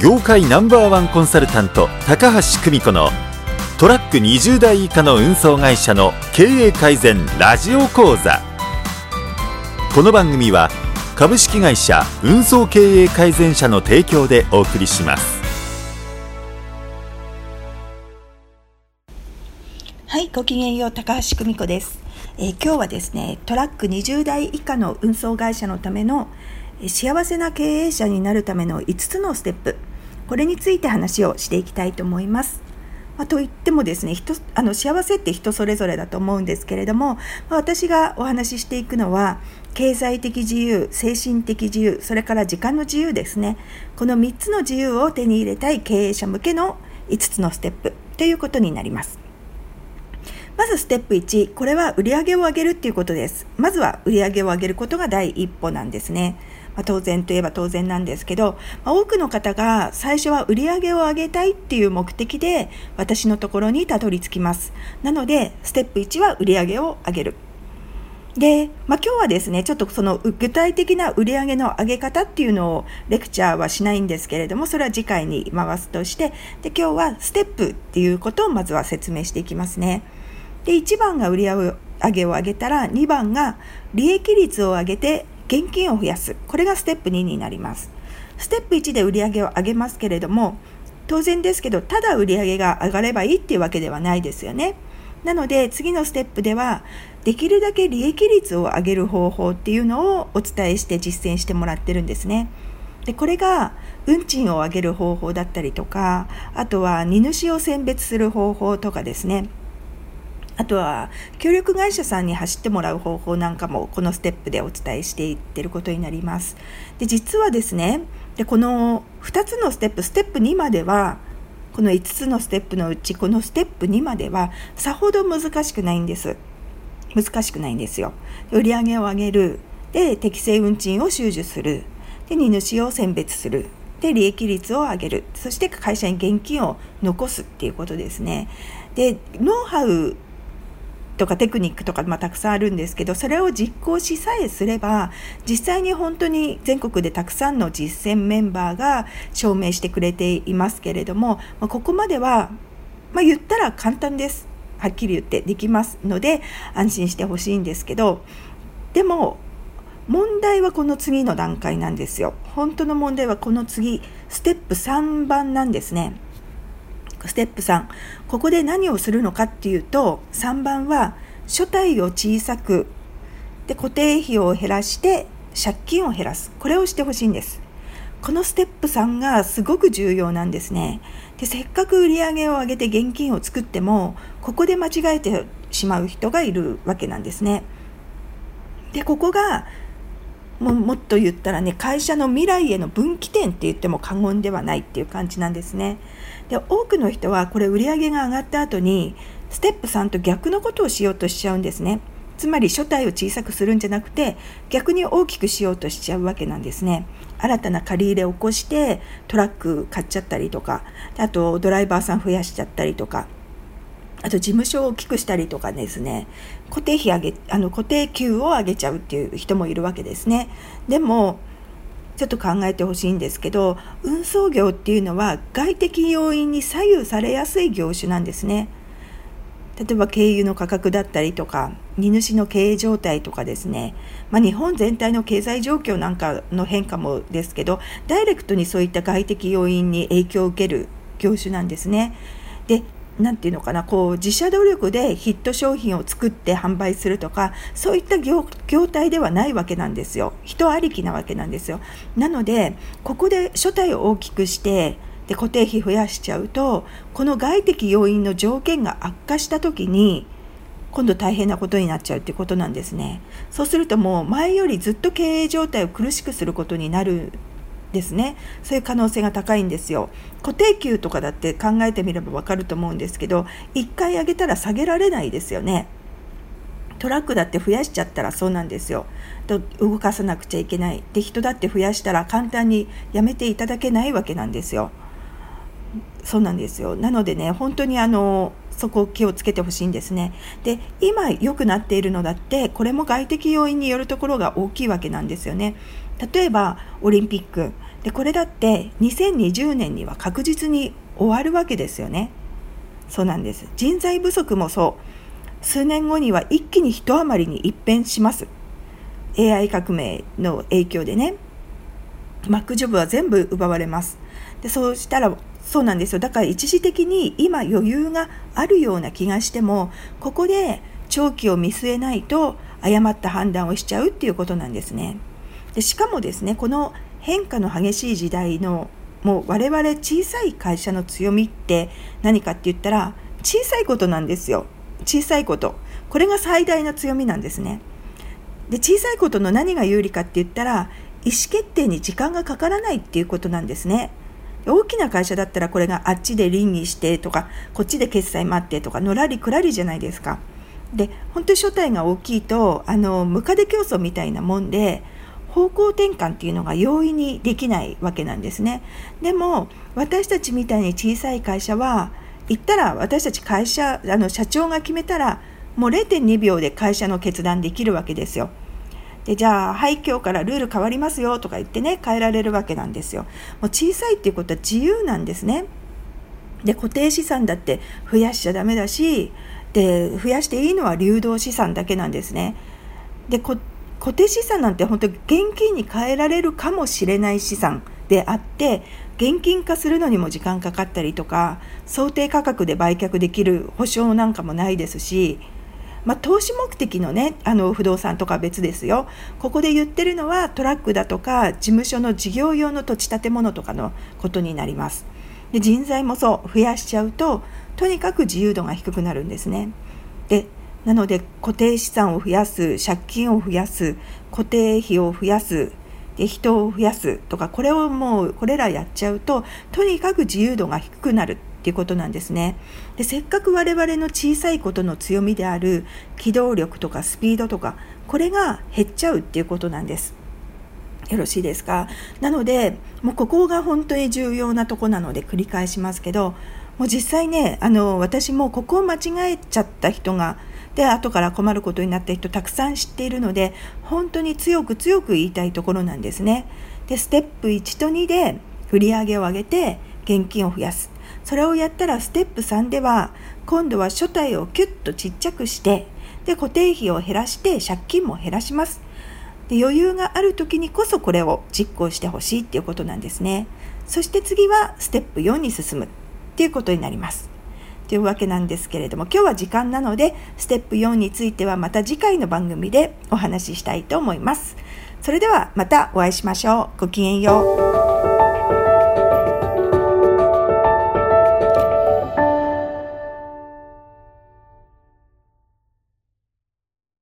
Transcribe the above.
業界ナンバーワンコンサルタント高橋久美子のトラック20台以下の運送会社の経営改善ラジオ講座。この番組は株式会社運送経営改善社の提供でお送りします。 はい、ごきげんよう、高橋久美子です。今日はですね、トラック20台以下の運送会社のための幸せな経営者になるための5つのステップ、これについて話をしていきたいと思います。といってもですね、幸せって人それぞれだと思うんですけれども、私がお話ししていくのは経済的自由、精神的自由、それから時間の自由ですね。この3つの自由を手に入れたい経営者向けの5つのステップということになります。まずステップ1、これは売上を上げるっていうことです。まずは売上を上げることが第一歩なんですね。当然といえば当然なんですけど、多くの方が最初は売上を上げたいっていう目的で私のところにたどり着きます。なのでステップ1は売上を上げる。で、今日はですね、ちょっとその具体的な売上の上げ方っていうのをレクチャーはしないんですけれども、それは次回に回すとして、で今日はステップっていうことをまずは説明していきますね。で、1番が売上を上げたら、2番が利益率を上げて現金を増やす。これがステップ2になります。ステップ1で売上を上げますけれども、当然ですけど、ただ売上が上がればいいっていうわけではないですよね。なので、次のステップでは、できるだけ利益率を上げる方法っていうのをお伝えして実践してもらってるんですね。で、これが運賃を上げる方法だったりとか、あとは荷主を選別する方法とかですね。あとは協力会社さんに走ってもらう方法なんかもこのステップでお伝えしていっていることになります。で、実はですね、この2つのステップ2までは、この5つのステップのうちこのステップ2まではさほど難しくないんですよ。売上を上げる、で適正運賃を収受する、で荷主を選別する、で利益率を上げる、そして会社に現金を残すっていうことですね。で、ノウハウとかテクニックとかたくさんあるんですけど、それを実行しさえすれば、実際に本当に全国でたくさんの実践メンバーが証明してくれていますけれども、ここまでは、言ったら簡単です。はっきり言ってできますので安心してほしいんですけど、でも問題はこの次の段階なんですよ。本当の問題はこの次、ステップ3番なんですね。ステップ3、ここで何をするのかっていうと、3番は所帯を小さく、で固定費を減らして借金を減らす。これをしてほしいんです。このステップ3がすごく重要なんですね。で、せっかく売り上げを上げて現金を作っても、ここで間違えてしまう人がいるわけなんですね。で、ここがもっと言ったらね、会社の未来への分岐点って言っても過言ではないっていう感じなんですね。で、多くの人はこれ売上が上がった後にステップ3と逆のことをしようとしちゃうんですね。つまり所帯を小さくするんじゃなくて、逆に大きくしようとしちゃうわけなんですね。新たな借り入れを起こしてトラック買っちゃったりとか、あとドライバーさん増やしちゃったりとか、あと事務所を大きくしたりとかですね、固定給を上げちゃうっていう人もいるわけですね。でもちょっと考えてほしいんですけど、運送業っていうのは外的要因に左右されやすい業種なんですね。例えば軽油の価格だったりとか、荷主の経営状態とかですね、日本全体の経済状況なんかの変化もですけど、ダイレクトにそういった外的要因に影響を受ける業種なんですね。で、なんていうのかな、自社努力でヒット商品を作って販売するとか、そういった業態ではないわけなんですよ。人ありきなわけなんですよ。なのでここで所帯を大きくしてで固定費増やしちゃうと、この外的要因の条件が悪化した時に今度大変なことになっちゃうっていうことなんですね。そうするともう前よりずっと経営状態を苦しくすることになるですね。そういう可能性が高いんですよ。固定給とかだって考えてみれば分かると思うんですけど、1回上げたら下げられないですよね。トラックだって増やしちゃったらそうなんですよ。動かさなくちゃいけない。で、人だって増やしたら簡単にやめていただけないわけなんですよ。そうなんですよ。なのでね、本当にそこを気をつけてほしいんですね。で、今良くなっているのだって、これも外的要因によるところが大きいわけなんですよね。例えばオリンピックでこれだって2020年には確実に終わるわけですよね。そうなんです。人材不足もそう。数年後には一気に一余りに一変します。AI 革命の影響でね、マックジョブは全部奪われます。でそうしたらそうなんですよ。だから一時的に今余裕があるような気がしても、ここで長期を見据えないと誤った判断をしちゃうっていうことなんですね。でしかもですね、この変化の激しい時代のもう我々小さい会社の強みって何かって言ったら、小さいことなんですよ。小さいこと、これが最大の強みなんですね。で小さいことの何が有利かって言ったら、意思決定に時間がかからないっていうことなんですね。大きな会社だったらこれがあっちで倫理してとか、こっちで決済待ってとか、のらりくらりじゃないですか。で本当に所帯が大きいとムカデ競争みたいなもんで、方向転換っていうのが容易にできないわけなんですね。でも私たちみたいに小さい会社は言ったら、私たち会社社長が決めたらもう 0.2 秒で会社の決断できるわけですよ。でじゃあはい今日からルール変わりますよとか言ってね、変えられるわけなんですよ。もう小さいっていうことは自由なんですね。で固定資産だって増やしちゃダメだし、で増やしていいのは流動資産だけなんですね。で固定資産なんて本当に現金に変えられるかもしれない資産であって、現金化するのにも時間かかったりとか、想定価格で売却できる保証なんかもないですし、投資目的のね、不動産とかは別ですよ。ここで言ってるのはトラックだとか事務所の事業用の土地建物とかのことになります。で人材もそう増やしちゃうと、とにかく自由度が低くなるんですね。でなので固定資産を増やす、借金を増やす、固定費を増やす、で人を増やすとか、これらやっちゃうと、とにかく自由度が低くなるっていうことなんですね。でせっかく我々の小さいことの強みである機動力とかスピードとか、これが減っちゃうっていうことなんです。よろしいですか。なのでもうここが本当に重要なとこなので繰り返しますけど、もう実際ね、私もここを間違えちゃった人がで後から困ることになった人たくさん知っているので、本当に強く言いたいところなんですね。でステップ1と2で売上を上げて現金を増やす。それをやったらステップ3では今度は所帯をキュッとちっちゃくして、で固定費を減らして借金も減らします。で余裕がある時にこそこれを実行してほしいっていうことなんですね。そして次はステップ4に進むっていうことになりますというわけなんですけれども、今日は時間なのでステップ4についてはまた次回の番組でお話ししたいと思います。それではまたお会いしましょう。ごきげんよう。